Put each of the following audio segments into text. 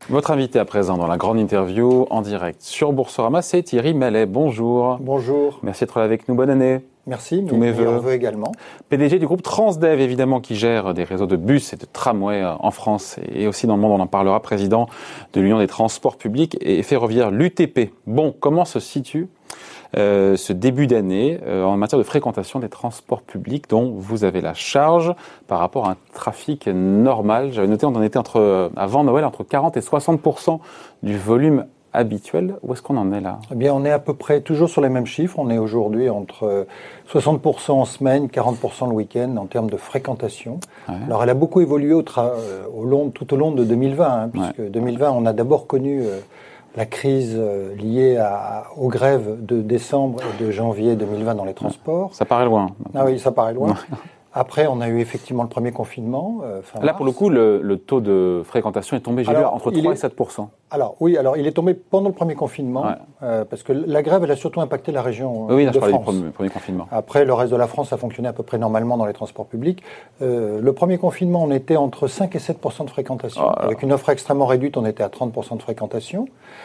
Votre invité à présent dans la grande interview en direct sur Boursorama, c'est Thierry Mallet. Bonjour. Bonjour. Merci d'être là avec nous. Bonne année. Merci, tous mes voeux également. PDG du groupe Transdev, évidemment, qui gère des réseaux de bus et de tramways en France et aussi dans le monde, on en parlera, président de l'Union des transports publics et ferroviaires, l'UTP. Bon, comment se situe ce début d'année en matière de fréquentation des transports publics dont vous avez la charge par rapport à un trafic normal? J'avais noté, on en était avant Noël, entre 40 et 60% du volume habituel. Où est-ce qu'on en est là? Eh bien, on est à peu près toujours sur les mêmes chiffres. On est aujourd'hui entre 60% en semaine, 40% le week-end en termes de fréquentation. Ouais. Alors, elle a beaucoup évolué tout au long de 2020, puisque 2020, on a d'abord connu la crise liée aux grèves de décembre et de janvier 2020 dans les transports. Ça paraît loin. Ah oui, ça paraît loin. Après, on a eu effectivement le premier confinement. Là, pour le coup, le taux de fréquentation est tombé, j'ai lu, entre 3 et 7%. Alors, oui, il est tombé pendant le premier confinement, parce que la grève, elle a surtout impacté la région de France. Oui, je parlais du premier confinement. Après, le reste de la France a fonctionné à peu près normalement dans les transports publics. Le premier confinement, on était entre 5 et 7% de fréquentation. Avec une offre extrêmement réduite, on était à 30% de fréquentation.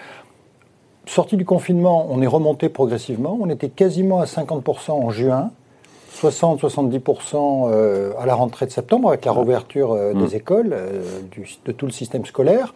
Sorti du confinement, on est remonté progressivement. On était quasiment à 50% en juin. 60-70% à la rentrée de septembre avec la réouverture des écoles, de tout le système scolaire,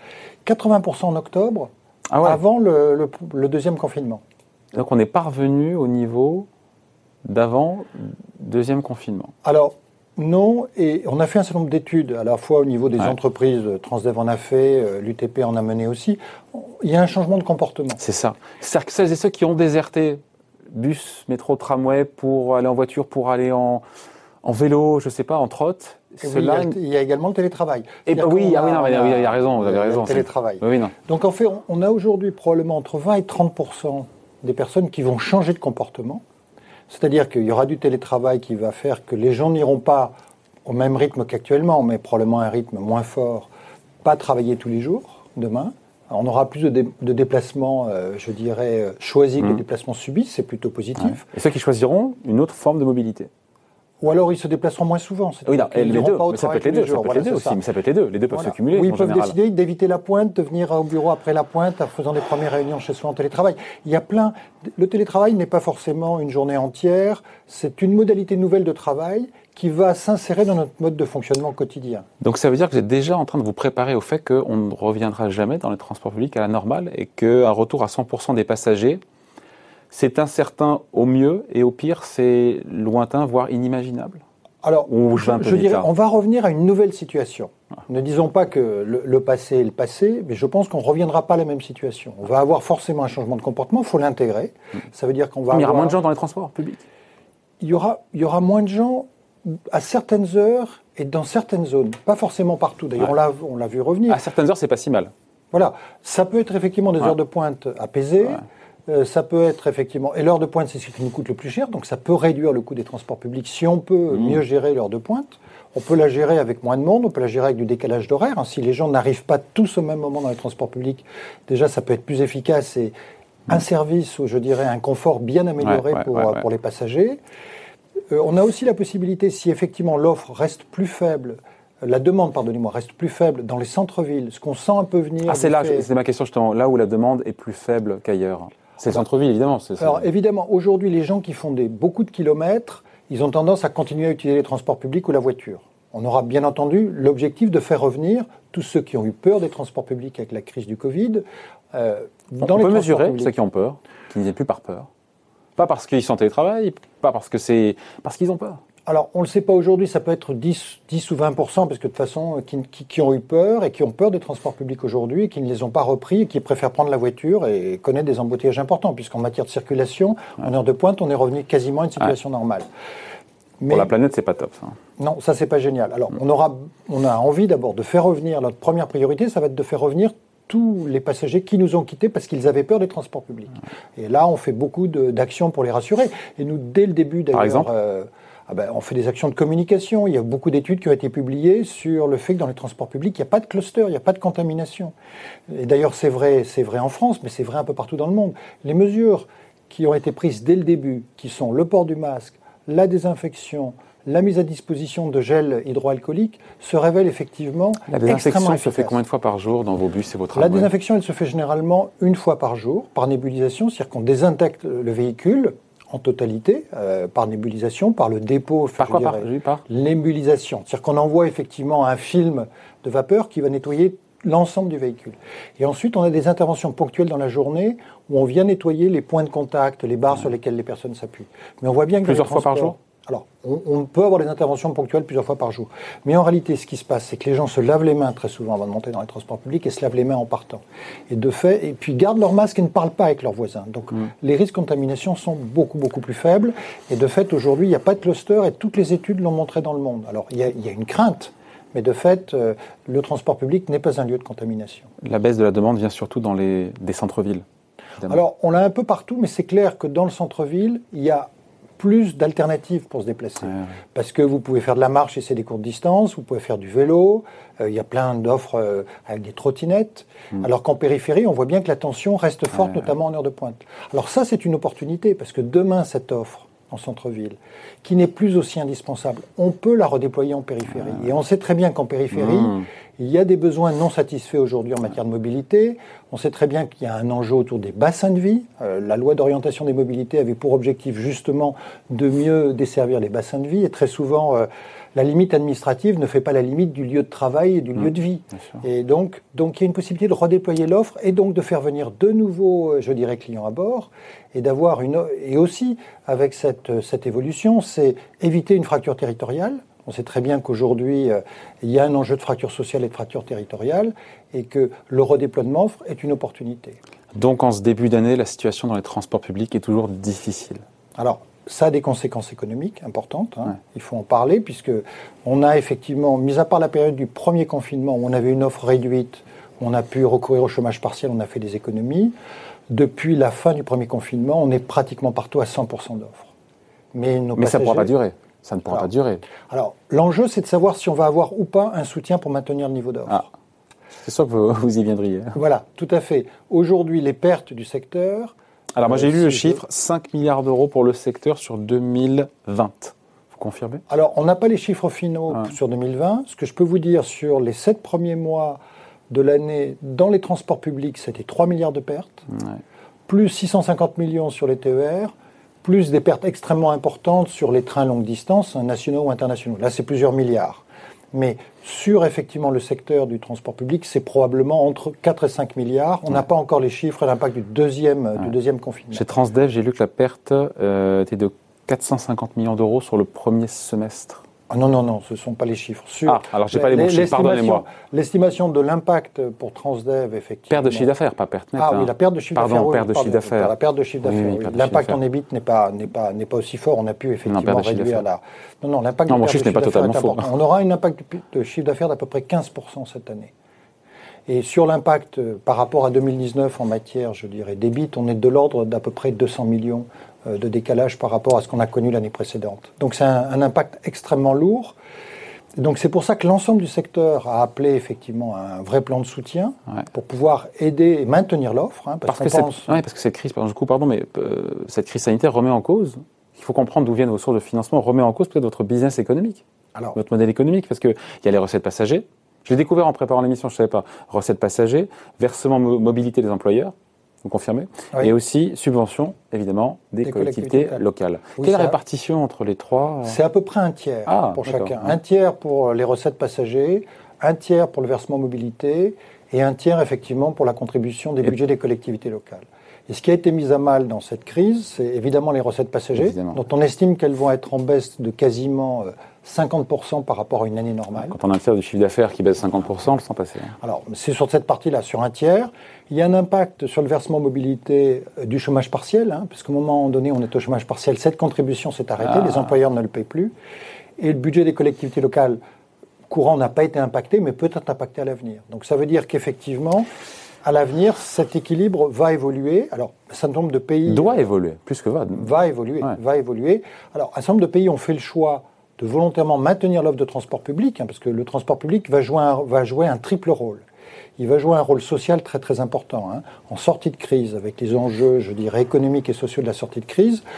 80% en octobre, avant le deuxième confinement. Donc on est parvenu au niveau d'avant deuxième confinement. Alors non, et on a fait un certain nombre d'études, à la fois au niveau des entreprises, Transdev en a fait, l'UTP en a mené aussi. Il y a un changement de comportement. C'est ça. C'est-à-dire que celles et ceux qui ont déserté bus, métro, tramway, pour aller en voiture, pour aller en vélo, je ne sais pas, en trotte. Il y a également le télétravail. Et il y a raison, vous avez raison. Le télétravail. Oui, non. Donc en fait, on a aujourd'hui probablement entre 20 et 30% des personnes qui vont changer de comportement. C'est-à-dire qu'il y aura du télétravail qui va faire que les gens n'iront pas au même rythme qu'actuellement, mais probablement un rythme moins fort, pas travailler tous les jours, demain. Alors, on aura plus de déplacements, je dirais, choisis que de déplacements subis, c'est plutôt positif. Ouais. Et ceux qui choisiront une autre forme de mobilité. Ou alors ils se déplaceront moins souvent. Oui, non, les deux, mais ça peut être les deux, mais ça peut être les deux. Les deux peuvent se cumuler. Ou ils peuvent décider d'éviter la pointe, de venir au bureau après la pointe, en faisant des premières réunions chez soi en télétravail. Il y a plein. Le télétravail n'est pas forcément une journée entière. C'est une modalité nouvelle de travail qui va s'insérer dans notre mode de fonctionnement quotidien. Donc ça veut dire que vous êtes déjà en train de vous préparer au fait qu'on ne reviendra jamais dans les transports publics à la normale et qu'un retour à 100% des passagers, c'est incertain au mieux et au pire, c'est lointain, voire inimaginable? Alors, je dirais, on va revenir à une nouvelle situation. Ne disons pas que le passé est le passé, mais je pense qu'on ne reviendra pas à la même situation. On va avoir forcément un changement de comportement, il faut l'intégrer. Ça veut dire qu'on va Il y aura moins de gens dans les transports publics. Il y aura moins de gens à certaines heures et dans certaines zones. Pas forcément partout. D'ailleurs, on l'a vu revenir. À certaines heures, c'est pas si mal. Voilà. Ça peut être effectivement des heures de pointe apaisées. Ça peut être effectivement... Et l'heure de pointe, c'est ce qui nous coûte le plus cher, donc ça peut réduire le coût des transports publics. Si on peut mieux gérer l'heure de pointe, on peut la gérer avec moins de monde, on peut la gérer avec du décalage d'horaire. Si les gens n'arrivent pas tous au même moment dans les transports publics, déjà, ça peut être plus efficace et un service ou, je dirais, un confort bien amélioré pour les passagers. On a aussi la possibilité, si effectivement l'offre reste plus faible, la demande, reste plus faible dans les centres-villes, ce qu'on sent un peu venir... c'est ma question justement, là où la demande est plus faible qu'ailleurs. C'est le centre-ville, évidemment. Alors, évidemment, aujourd'hui, les gens qui font beaucoup de kilomètres, ils ont tendance à continuer à utiliser les transports publics ou la voiture. On aura bien entendu l'objectif de faire revenir tous ceux qui ont eu peur des transports publics avec la crise du Covid. On peut mesurer ceux qui ont peur, qui n'y aient plus par peur. Pas parce qu'ils sont en télétravail, pas parce qu'ils ont peur. Alors, on ne le sait pas aujourd'hui, ça peut être 10 ou 20%, parce que de toute façon, qui ont eu peur et qui ont peur des transports publics aujourd'hui, et qui ne les ont pas repris, et qui préfèrent prendre la voiture et connaître des embouteillages importants, puisqu'en matière de circulation, en heure de pointe, on est revenu quasiment à une situation normale. Mais, pour la planète, c'est pas top, ça. Non, ça, c'est pas génial. Alors, on a envie d'abord de faire revenir, notre première priorité, ça va être de faire revenir tous les passagers qui nous ont quittés parce qu'ils avaient peur des transports publics. Et là, on fait beaucoup d'actions pour les rassurer. Et nous, dès le début, d'ailleurs... Par exemple on fait des actions de communication. Il y a beaucoup d'études qui ont été publiées sur le fait que dans les transports publics, il n'y a pas de cluster, il n'y a pas de contamination. Et d'ailleurs, c'est vrai en France, mais c'est vrai un peu partout dans le monde. Les mesures qui ont été prises dès le début, qui sont le port du masque, la désinfection, la mise à disposition de gel hydroalcoolique se révèlent effectivement extrêmement efficaces. La désinfection se fait combien de fois par jour dans vos bus et vos tramways? La désinfection, elle se fait généralement une fois par jour, par nébulisation, c'est-à-dire qu'on désinfecte le véhicule en totalité, par nébulisation, par le dépôt, par l'ébulisation. C'est-à-dire qu'on envoie effectivement un film de vapeur qui va nettoyer l'ensemble du véhicule. Et ensuite, on a des interventions ponctuelles dans la journée où on vient nettoyer les points de contact, les barres sur lesquelles les personnes s'appuient. Mais on voit bien que plusieurs fois par jour? Alors, on peut avoir des interventions ponctuelles plusieurs fois par jour. Mais en réalité, ce qui se passe, c'est que les gens se lavent les mains très souvent avant de monter dans les transports publics et se lavent les mains en partant. Et de fait, et puis gardent leur masque et ne parlent pas avec leurs voisins. Donc, les risques de contamination sont beaucoup, beaucoup plus faibles. Et de fait, aujourd'hui, il n'y a pas de cluster et toutes les études l'ont montré dans le monde. Alors, il y a une crainte. Mais de fait, le transport public n'est pas un lieu de contamination. La baisse de la demande vient surtout dans des centres-villes, évidemment. Alors, on l'a un peu partout, mais c'est clair que dans le centre-ville, il y a plus d'alternatives pour se déplacer. Parce que vous pouvez faire de la marche et c'est des courtes distances, vous pouvez faire du vélo, il y a plein d'offres avec des trottinettes, alors qu'en périphérie, on voit bien que la tension reste forte, notamment en heure de pointe. Alors ça, c'est une opportunité, parce que demain, cette offre en centre-ville, qui n'est plus aussi indispensable, on peut la redéployer en périphérie. Et on sait très bien qu'en périphérie, il y a des besoins non satisfaits aujourd'hui en matière de mobilité. On sait très bien qu'il y a un enjeu autour des bassins de vie. La loi d'orientation des mobilités avait pour objectif justement de mieux desservir les bassins de vie. Et très souvent, la limite administrative ne fait pas la limite du lieu de travail et du lieu de vie. Et donc, il y a une possibilité de redéployer l'offre et donc de faire venir de nouveaux, je dirais, clients à bord. Et d'avoir et aussi, avec cette évolution, c'est éviter une fracture territoriale. On sait très bien qu'aujourd'hui, il y a un enjeu de fracture sociale et de fracture territoriale et que le redéploiement d'offres est une opportunité. Donc, en ce début d'année, la situation dans les transports publics est toujours difficile. Alors, ça a des conséquences économiques importantes. Il faut en parler puisque on a effectivement, mis à part la période du premier confinement où on avait une offre réduite, où on a pu recourir au chômage partiel, on a fait des économies. Depuis la fin du premier confinement, on est pratiquement partout à 100% d'offres. Mais ça ne pourra pas durer. Ça ne pourra pas durer. Alors, l'enjeu, c'est de savoir si on va avoir ou pas un soutien pour maintenir le niveau d'offre. C'est sûr que vous y viendriez. Voilà, tout à fait. Aujourd'hui, les pertes du secteur... Alors, moi, j'ai lu le chiffre, 5 milliards d'euros pour le secteur sur 2020. Vous confirmez? Alors, on n'a pas les chiffres finaux sur 2020. Ce que je peux vous dire, sur les 7 premiers mois de l'année, dans les transports publics, c'était 3 milliards de pertes, plus 650 millions sur les TER, plus des pertes extrêmement importantes sur les trains longue distance, nationaux ou internationaux. Là, c'est plusieurs milliards. Mais sur, effectivement, le secteur du transport public, c'est probablement entre 4 et 5 milliards. On n'a pas encore les chiffres et l'impact du deuxième confinement. Chez Transdev, j'ai lu que la perte était de 450 millions d'euros sur le premier semestre. Non, ce ne sont pas les chiffres. Alors je n'ai pas les bons chiffres, pardonnez-moi. L'estimation de l'impact pour Transdev, effectivement... Perte de chiffre d'affaires, pas perte nette. Oui, la perte de chiffre d'affaires. Perte de chiffre d'affaires. La perte de chiffre d'affaires. Oui. L'impact en EBIT n'est pas aussi fort. On a pu effectivement réduire la... Non, l'impact mon chiffre n'est pas totalement faux. On aura un impact de chiffre d'affaires d'à peu près 15% cette année. Et sur l'impact par rapport à 2019 en matière, je dirais, d'EBIT, on est de l'ordre d'à peu près 200 millions de décalage par rapport à ce qu'on a connu l'année précédente. Donc c'est un impact extrêmement lourd. Donc c'est pour ça que l'ensemble du secteur a appelé effectivement un vrai plan de soutien pour pouvoir aider et maintenir l'offre. Parce que cette crise, cette crise sanitaire remet en cause, il faut comprendre d'où viennent vos sources de financement, remet en cause peut-être votre business économique, votre modèle économique, parce qu'il y a les recettes passagers. Je l'ai découvert en préparant l'émission, je ne savais pas. Recettes passagers, versement mobilité des employeurs, vous confirmez, et aussi subventions, évidemment, des collectivités locales. Quelle répartition entre les trois? C'est à peu près un tiers pour chacun. Un tiers pour les recettes passagers, un tiers pour le versement mobilité, et un tiers, effectivement, pour la contribution des budgets des collectivités locales. Et ce qui a été mis à mal dans cette crise, c'est évidemment les recettes passagers, dont on estime qu'elles vont être en baisse de quasiment 50% par rapport à une année normale. Quand on a un tiers du chiffre d'affaires qui baisse 50%, on le sent passer. Alors, c'est sur cette partie-là, sur un tiers. Il y a un impact sur le versement mobilité du chômage partiel, parce qu'au moment donné, on est au chômage partiel, cette contribution s'est arrêtée, les employeurs ne le payent plus. Et le budget des collectivités locales courant n'a pas été impacté, mais peut être impacté à l'avenir. Donc ça veut dire qu'effectivement, à l'avenir, cet équilibre va évoluer. Alors, un certain nombre de pays... Doit évoluer, plus que va. Va évoluer. Alors, un certain nombre de pays ont fait le choix de volontairement maintenir l'offre de transport public, parce que le transport public va jouer un triple rôle. Il va jouer un rôle social très très important, en sortie de crise, avec les enjeux, je dirais, économiques et sociaux de la sortie de crise.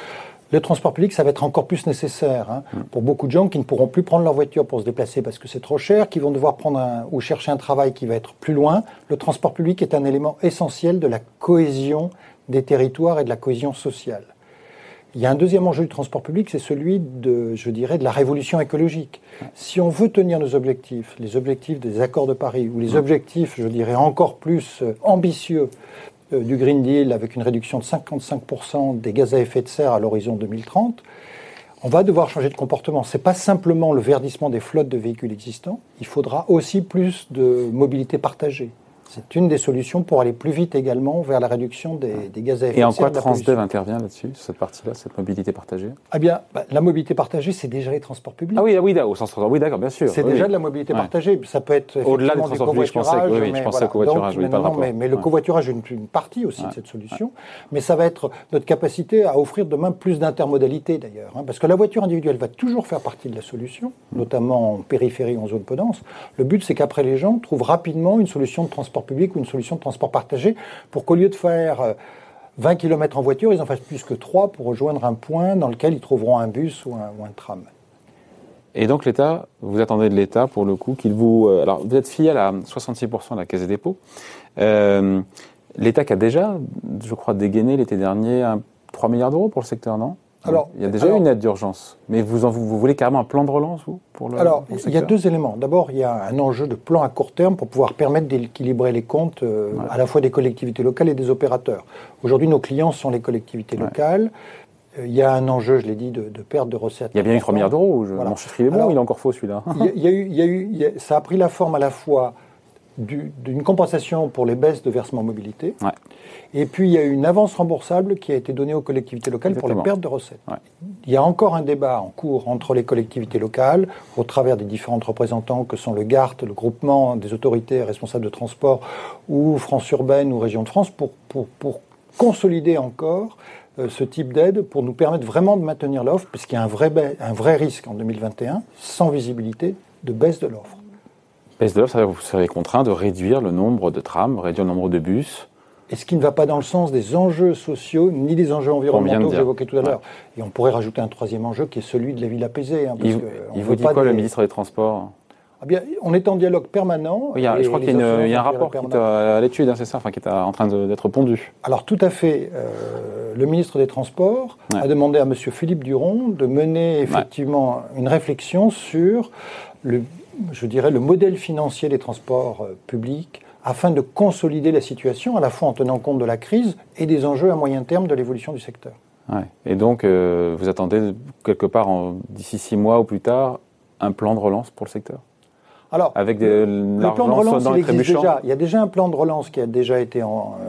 Le transport public, ça va être encore plus nécessaire pour beaucoup de gens qui ne pourront plus prendre leur voiture pour se déplacer parce que c'est trop cher, qui vont devoir prendre ou chercher un travail qui va être plus loin. Le transport public est un élément essentiel de la cohésion des territoires et de la cohésion sociale. Il y a un deuxième enjeu du transport public, c'est celui de la révolution écologique. Si on veut tenir nos objectifs, les objectifs des accords de Paris, ou les objectifs, encore plus ambitieux du Green Deal, avec une réduction de 55% des gaz à effet de serre à l'horizon 2030, on va devoir changer de comportement. Ce n'est pas simplement le verdissement des flottes de véhicules existants, il faudra aussi plus de mobilité partagée. C'est une des solutions pour aller plus vite également vers la réduction des gaz à effet de serre. Et en quoi Transdev intervient là-dessus, cette partie-là, cette mobilité partagée? La mobilité partagée, c'est déjà les transports publics. Ah oui, au sens transport. Oui, d'accord, bien sûr. C'est déjà de la mobilité partagée. Ça peut être au-delà des transports publics. Je pensais au covoiturage. Donc, pas de rapport. Mais le covoiturage est une partie aussi de cette solution. Mais ça va être notre capacité à offrir demain plus d'intermodalité d'ailleurs, parce que la voiture individuelle va toujours faire partie de la solution, notamment en périphérie, en zone peu dense. Le but, c'est qu'après les gens trouvent rapidement une solution de transport public ou une solution de transport partagé pour qu'au lieu de faire 20 km en voiture, ils en fassent plus que 3 pour rejoindre un point dans lequel ils trouveront un bus ou un tram. Et donc l'État, vous attendez de l'État pour le coup qu'il vous... alors vous êtes filiale à 66% de la Caisse des dépôts. L'État qui a déjà, je crois, dégainé l'été dernier 3 milliards d'euros pour le secteur, non? Alors, il y a déjà une aide d'urgence, mais vous voulez carrément un plan de relance, vous, pour le secteur? Il y a deux éléments. D'abord, il y a un enjeu de plan à court terme pour pouvoir permettre d'équilibrer les comptes à la fois des collectivités locales et des opérateurs. Aujourd'hui, nos clients sont les collectivités locales. Il y a un enjeu, je l'ai dit, de perte de recettes. Il y a bien eu 3 milliards d'euros. Mon chiffre, il est bon, il est encore faux, celui-là. Ça a pris la forme à la fois d'une compensation pour les baisses de versement mobilité. Et puis, il y a eu une avance remboursable qui a été donnée aux collectivités locales pour les pertes de recettes. Il y a encore un débat en cours entre les collectivités locales, au travers des différents représentants que sont le GART, le groupement des autorités responsables de transport, ou France Urbaine ou Région de France, pour consolider encore ce type d'aide, pour nous permettre vraiment de maintenir l'offre, puisqu'il y a un vrai risque en 2021, sans visibilité, de baisse de l'offre. Baisse de l'offre, ça veut dire que vous serez contraint de réduire le nombre de trams, réduire le nombre de bus. Et ce qui ne va pas dans le sens des enjeux sociaux, ni des enjeux environnementaux que j'évoquais tout à l'heure. Et on pourrait rajouter un troisième enjeu qui est celui de la ville apaisée. Il vous dit quoi, le ministre des Transports? On est en dialogue permanent. Je crois qu'il y a un rapport qui est à l'étude, c'est ça, qui est en train d'être pondu. Alors tout à fait. Le ministre des Transports a demandé à M. Philippe Duron de mener effectivement une réflexion sur le modèle financier des transports publics, afin de consolider la situation, à la fois en tenant compte de la crise et des enjeux à moyen terme de l'évolution du secteur. Et donc, vous attendez quelque part, d'ici 6 mois ou plus tard, un plan de relance pour le secteur? Alors, avec le plan de relance, il existe déjà. Il y a déjà un plan de relance qui a déjà été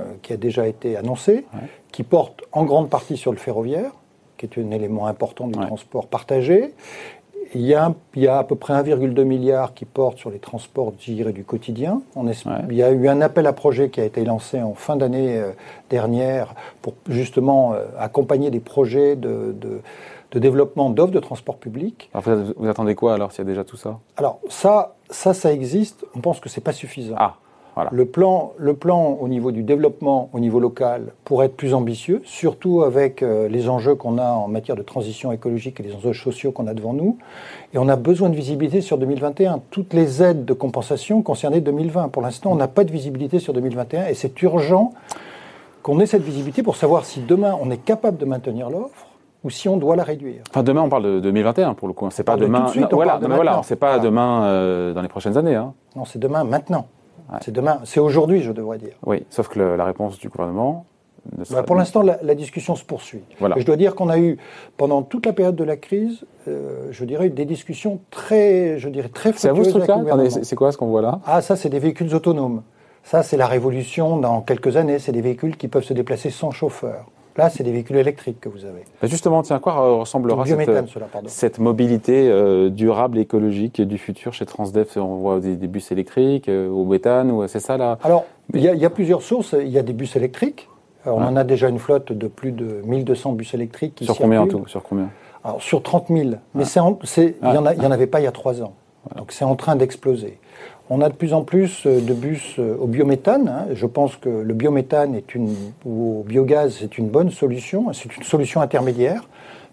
annoncé, qui porte en grande partie sur le ferroviaire, qui est un élément important du transport partagé. Il y a à peu près 1,2 milliard qui porte sur les transports, du quotidien. Il y a eu un appel à projet qui a été lancé en fin d'année dernière pour justement accompagner des projets de développement d'offres de transport public. Alors vous attendez quoi alors, s'il y a déjà tout ça? Alors ça existe. On pense que c'est pas suffisant. Voilà. Le plan au niveau du développement, au niveau local, pourrait être plus ambitieux, surtout avec les enjeux qu'on a en matière de transition écologique et les enjeux sociaux qu'on a devant nous. Et on a besoin de visibilité sur 2021. Toutes les aides de compensation concernaient 2020. Pour l'instant, on n'a pas de visibilité sur 2021 et c'est urgent qu'on ait cette visibilité pour savoir si demain on est capable de maintenir l'offre ou si on doit la réduire. Enfin, demain, on parle de 2021 pour le coup. C'est pas demain. C'est pas demain dans les prochaines années. Non, c'est demain, maintenant. C'est demain, c'est aujourd'hui, je devrais dire. Oui, sauf que la réponse du gouvernement... pour l'instant, la discussion se poursuit. Voilà. Je dois dire qu'on a eu, pendant toute la période de la crise, des discussions très fructueuses. C'est à vous ce truc-là? C'est quoi ce qu'on voit là? Ça, c'est des véhicules autonomes. Ça, c'est la révolution dans quelques années. C'est des véhicules qui peuvent se déplacer sans chauffeur. Là, c'est des véhicules électriques que vous avez. Justement, tiens, à quoi ressemblera cette mobilité durable et écologique du futur chez Transdev? On voit des bus électriques, au méthane, ou c'est ça là? Alors, il y a plusieurs sources. Il y a des bus électriques. On en a déjà une flotte de plus de 1200 bus électriques qui circulent. Sur combien en tout? Sur combien? Alors, sur 30 000. Mais il n'y en avait pas il y a 3 ans. Voilà. Donc, c'est en train d'exploser. On a de plus en plus de bus au biométhane. Je pense que le biométhane ou au biogaz, c'est une bonne solution. C'est une solution intermédiaire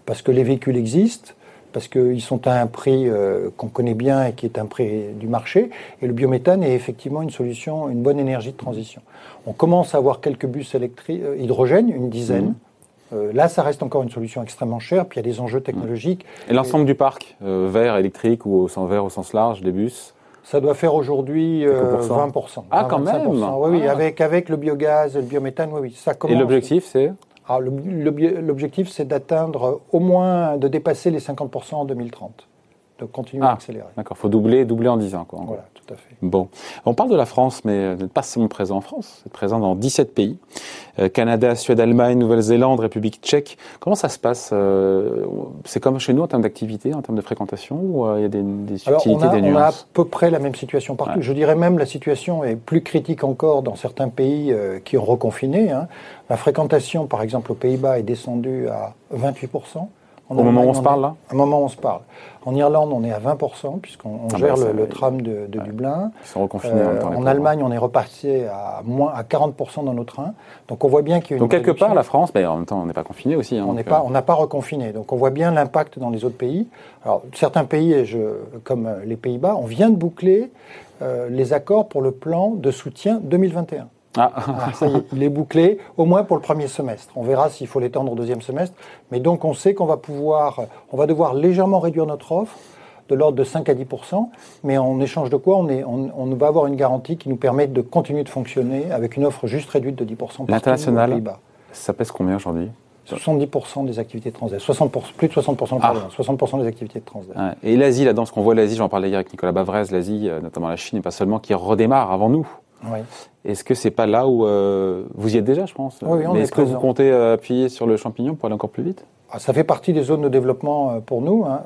parce que les véhicules existent, parce qu'ils sont à un prix qu'on connaît bien et qui est un prix du marché. Et le biométhane est effectivement une solution, une bonne énergie de transition. On commence à avoir quelques bus hydrogène, une dizaine. Là, ça reste encore une solution extrêmement chère, puis il y a des enjeux technologiques. Et l'ensemble du parc, vert, électrique ou vert au sens large, des bus? Ça doit faire aujourd'hui 20%. Ah, quand même. Oui, avec le biogaz, le biométhane, oui, ça commence. Et l'objectif, c'est? L'objectif, c'est d'atteindre au moins, de dépasser les 50% en 2030. De continuer à accélérer. D'accord, il faut doubler en 10 ans. Quoi, voilà, tout à fait. Bon, on parle de la France, mais vous n'êtes pas seulement présent en France, vous êtes présent dans 17 pays. Canada, Suède, Allemagne, Nouvelle-Zélande, République tchèque. Comment ça se passe? C'est comme chez nous en termes d'activité, en termes de fréquentation, ou il y a des subtilités, des nuances? On a à peu près la même situation partout. Ouais. Je dirais même la situation est plus critique encore dans certains pays qui ont reconfiné. Hein. La fréquentation, par exemple, aux Pays-Bas est descendue à 28%. Au moment où on se parle, là? Au moment où on se parle. En Irlande, on est à 20%, puisqu'on gère le tram de Dublin. Ils sont reconfinés en même temps. En Allemagne, on est reparti à 40% dans nos trains. Donc on voit bien qu'il y a une Donc quelque part, la France, mais en même temps, on n'est pas confiné aussi. Hein, on n'a pas reconfiné. Donc on voit bien l'impact dans les autres pays. Alors certains pays, comme les Pays-Bas, on vient de boucler les accords pour le plan de soutien 2021. Ça y est, il est bouclé, au moins pour le premier semestre. On verra s'il faut l'étendre au deuxième semestre. Mais donc, on sait qu'on va devoir légèrement réduire notre offre, de l'ordre de 5 à 10%. Mais en échange de quoi, on va avoir une garantie qui nous permet de continuer de fonctionner avec une offre juste réduite de 10%. L'international, ça pèse combien aujourd'hui? 70% des activités de Transdev, plus de 60%, 60% des activités de Transdev. Et l'Asie, là-dedans, ce qu'on voit l'Asie, j'en parlais hier avec Nicolas Bavrez, l'Asie, notamment la Chine, et pas seulement, qui redémarre avant nous. Oui. Est-ce que c'est pas là où vous y êtes déjà, je pense? Oui, mais est-ce que vous comptez appuyer sur le champignon pour aller encore plus vite? Ça fait partie des zones de développement pour nous. Hein.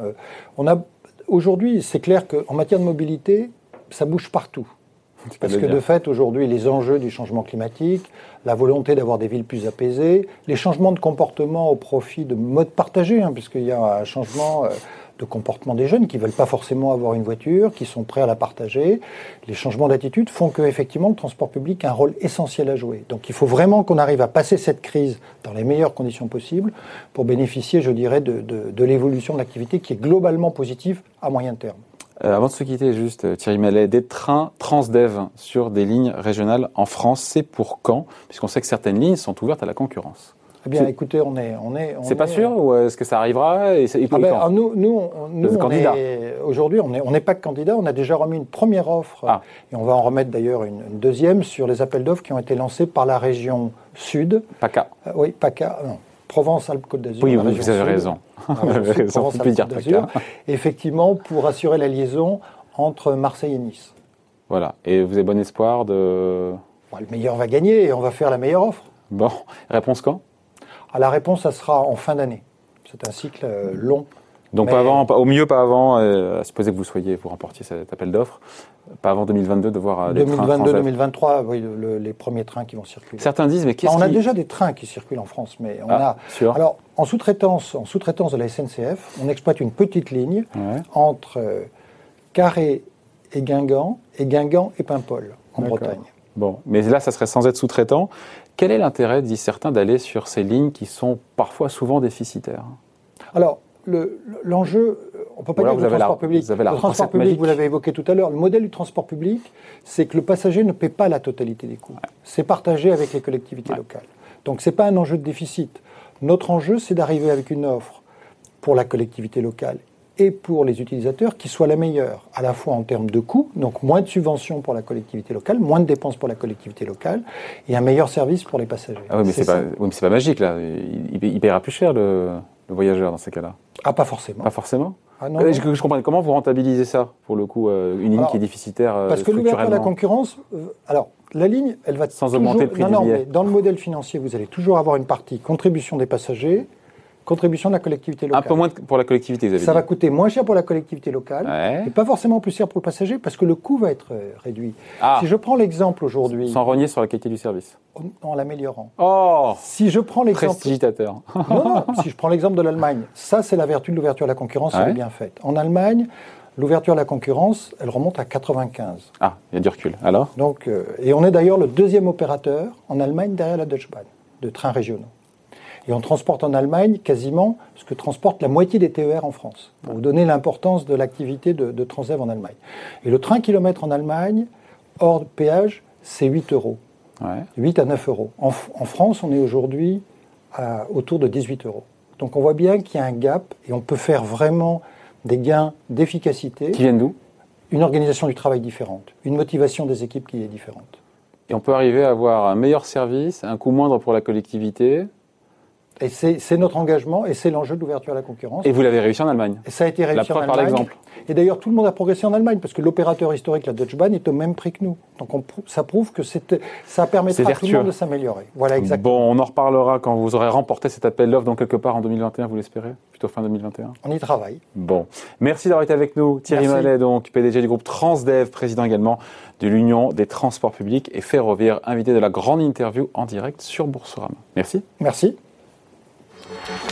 Aujourd'hui, c'est clair qu'en matière de mobilité, ça bouge partout. Parce que de fait, aujourd'hui, les enjeux du changement climatique, la volonté d'avoir des villes plus apaisées, les changements de comportement au profit de modes partagés, hein, puisqu'il y a un changement de comportement des jeunes qui ne veulent pas forcément avoir une voiture, qui sont prêts à la partager. Les changements d'attitude font qu'effectivement, le transport public a un rôle essentiel à jouer. Donc il faut vraiment qu'on arrive à passer cette crise dans les meilleures conditions possibles pour bénéficier, je dirais, de l'évolution de l'activité qui est globalement positive à moyen terme. Avant de se quitter, juste Thierry Mallet, des trains Transdev sur des lignes régionales en France, c'est pour quand? Puisqu'on sait que certaines lignes sont ouvertes à la concurrence. Eh bien, écoutez, c'est pas sûr, ou est-ce que ça arrivera aujourd'hui, on n'est pas que candidat. On a déjà remis une première offre, et on va en remettre d'ailleurs une deuxième sur les appels d'offres qui ont été lancés par la région Sud. PACA. Oui, PACA, non. Provence-Alpes-Côte d'Azur. Oui, vous avez raison. Vous avez raison, on peut dire PACA. Effectivement, pour assurer la liaison entre Marseille et Nice. Voilà. Et vous avez bon espoir de... Le meilleur va gagner et on va faire la meilleure offre. Bon. Réponse quand? La réponse, ça sera en fin d'année. C'est un cycle long. Donc pas avant, au mieux pas avant, supposez que vous remportiez cet appel d'offres, pas avant 2022 de voir des trains 2022-2023, oui, les premiers trains qui vont circuler. Certains disent, mais qu'est-ce On a déjà des trains qui circulent en France, mais sûr. Alors, en sous-traitance de la SNCF, on exploite une petite ligne entre Carré et Guingamp et Paimpol, en Bretagne. Bon, mais là, ça serait sans être sous-traitant. Quel est l'intérêt, disent certains, d'aller sur ces lignes qui sont souvent déficitaires? Alors, l'enjeu, on ne peut pas dire que le transport public. Le transport public, vous l'avez évoqué tout à l'heure, le modèle du transport public, c'est que le passager ne paie pas la totalité des coûts. C'est partagé avec les collectivités locales. Donc, ce n'est pas un enjeu de déficit. Notre enjeu, c'est d'arriver avec une offre pour la collectivité locale et pour les utilisateurs qui soit la meilleure, à la fois en termes de coûts, donc moins de subventions pour la collectivité locale, moins de dépenses pour la collectivité locale, et un meilleur service pour les passagers. Ah oui, mais c'est pas magique, là. Il paiera plus cher, le voyageur, dans ces cas-là. Pas forcément. Pas forcément? Non. Je comprends. Comment vous rentabilisez ça, pour le coup, une ligne qui est déficitaire parce que l'ouverture à la concurrence... la ligne, elle va sans augmenter le prix du billet. Mais dans le modèle financier, vous allez toujours avoir une partie contribution des passagers, contribution de la collectivité locale. Un peu moins pour la collectivité, vous avez dit. Ça va coûter moins cher pour la collectivité locale, et pas forcément plus cher pour le passager, parce que le coût va être réduit. Si je prends l'exemple aujourd'hui... Sans rogner sur la qualité du service. En l'améliorant. Oh, si je prends l'exemple... Prestigitateur. non, si je prends l'exemple de l'Allemagne, ça c'est la vertu de l'ouverture à la concurrence, elle est bien faite. En Allemagne, l'ouverture à la concurrence, elle remonte à 95. Ah, il y a du recul. Alors et on est d'ailleurs le deuxième opérateur en Allemagne derrière la Deutsche Bahn, de trains régionaux. Et on transporte en Allemagne quasiment ce que transporte la moitié des TER en France, pour vous donner l'importance de l'activité de Transdev en Allemagne. Et le train kilomètre en Allemagne, hors péage, c'est 8 euros. Ouais. 8 à 9 euros. En France, on est aujourd'hui autour de 18 euros. Donc on voit bien qu'il y a un gap et on peut faire vraiment des gains d'efficacité. Qui viennent d'où ? Une organisation du travail différente, une motivation des équipes qui est différente. Et on peut arriver à avoir un meilleur service, un coût moindre pour la collectivité. Et c'est notre engagement et c'est l'enjeu de l'ouverture à la concurrence. Et vous l'avez réussi en Allemagne. Et ça a été réussi La preuve en Allemagne. par l'exemple. Et d'ailleurs, tout le monde a progressé en Allemagne parce que l'opérateur historique, la Deutsche Bahn, est au même prix que nous. Donc ça prouve que ça permettra à tout le monde de s'améliorer. Voilà, exactement. Bon, on en reparlera quand vous aurez remporté cet appel d'offres, donc quelque part en 2021, vous l'espérez ? Plutôt fin 2021 ? On y travaille. Bon. Merci d'avoir été avec nous. Thierry Mallet, donc PDG du groupe Transdev, président également de l'Union des transports publics et ferroviaires, invité de la grande interview en direct sur Boursorama. Merci. Merci.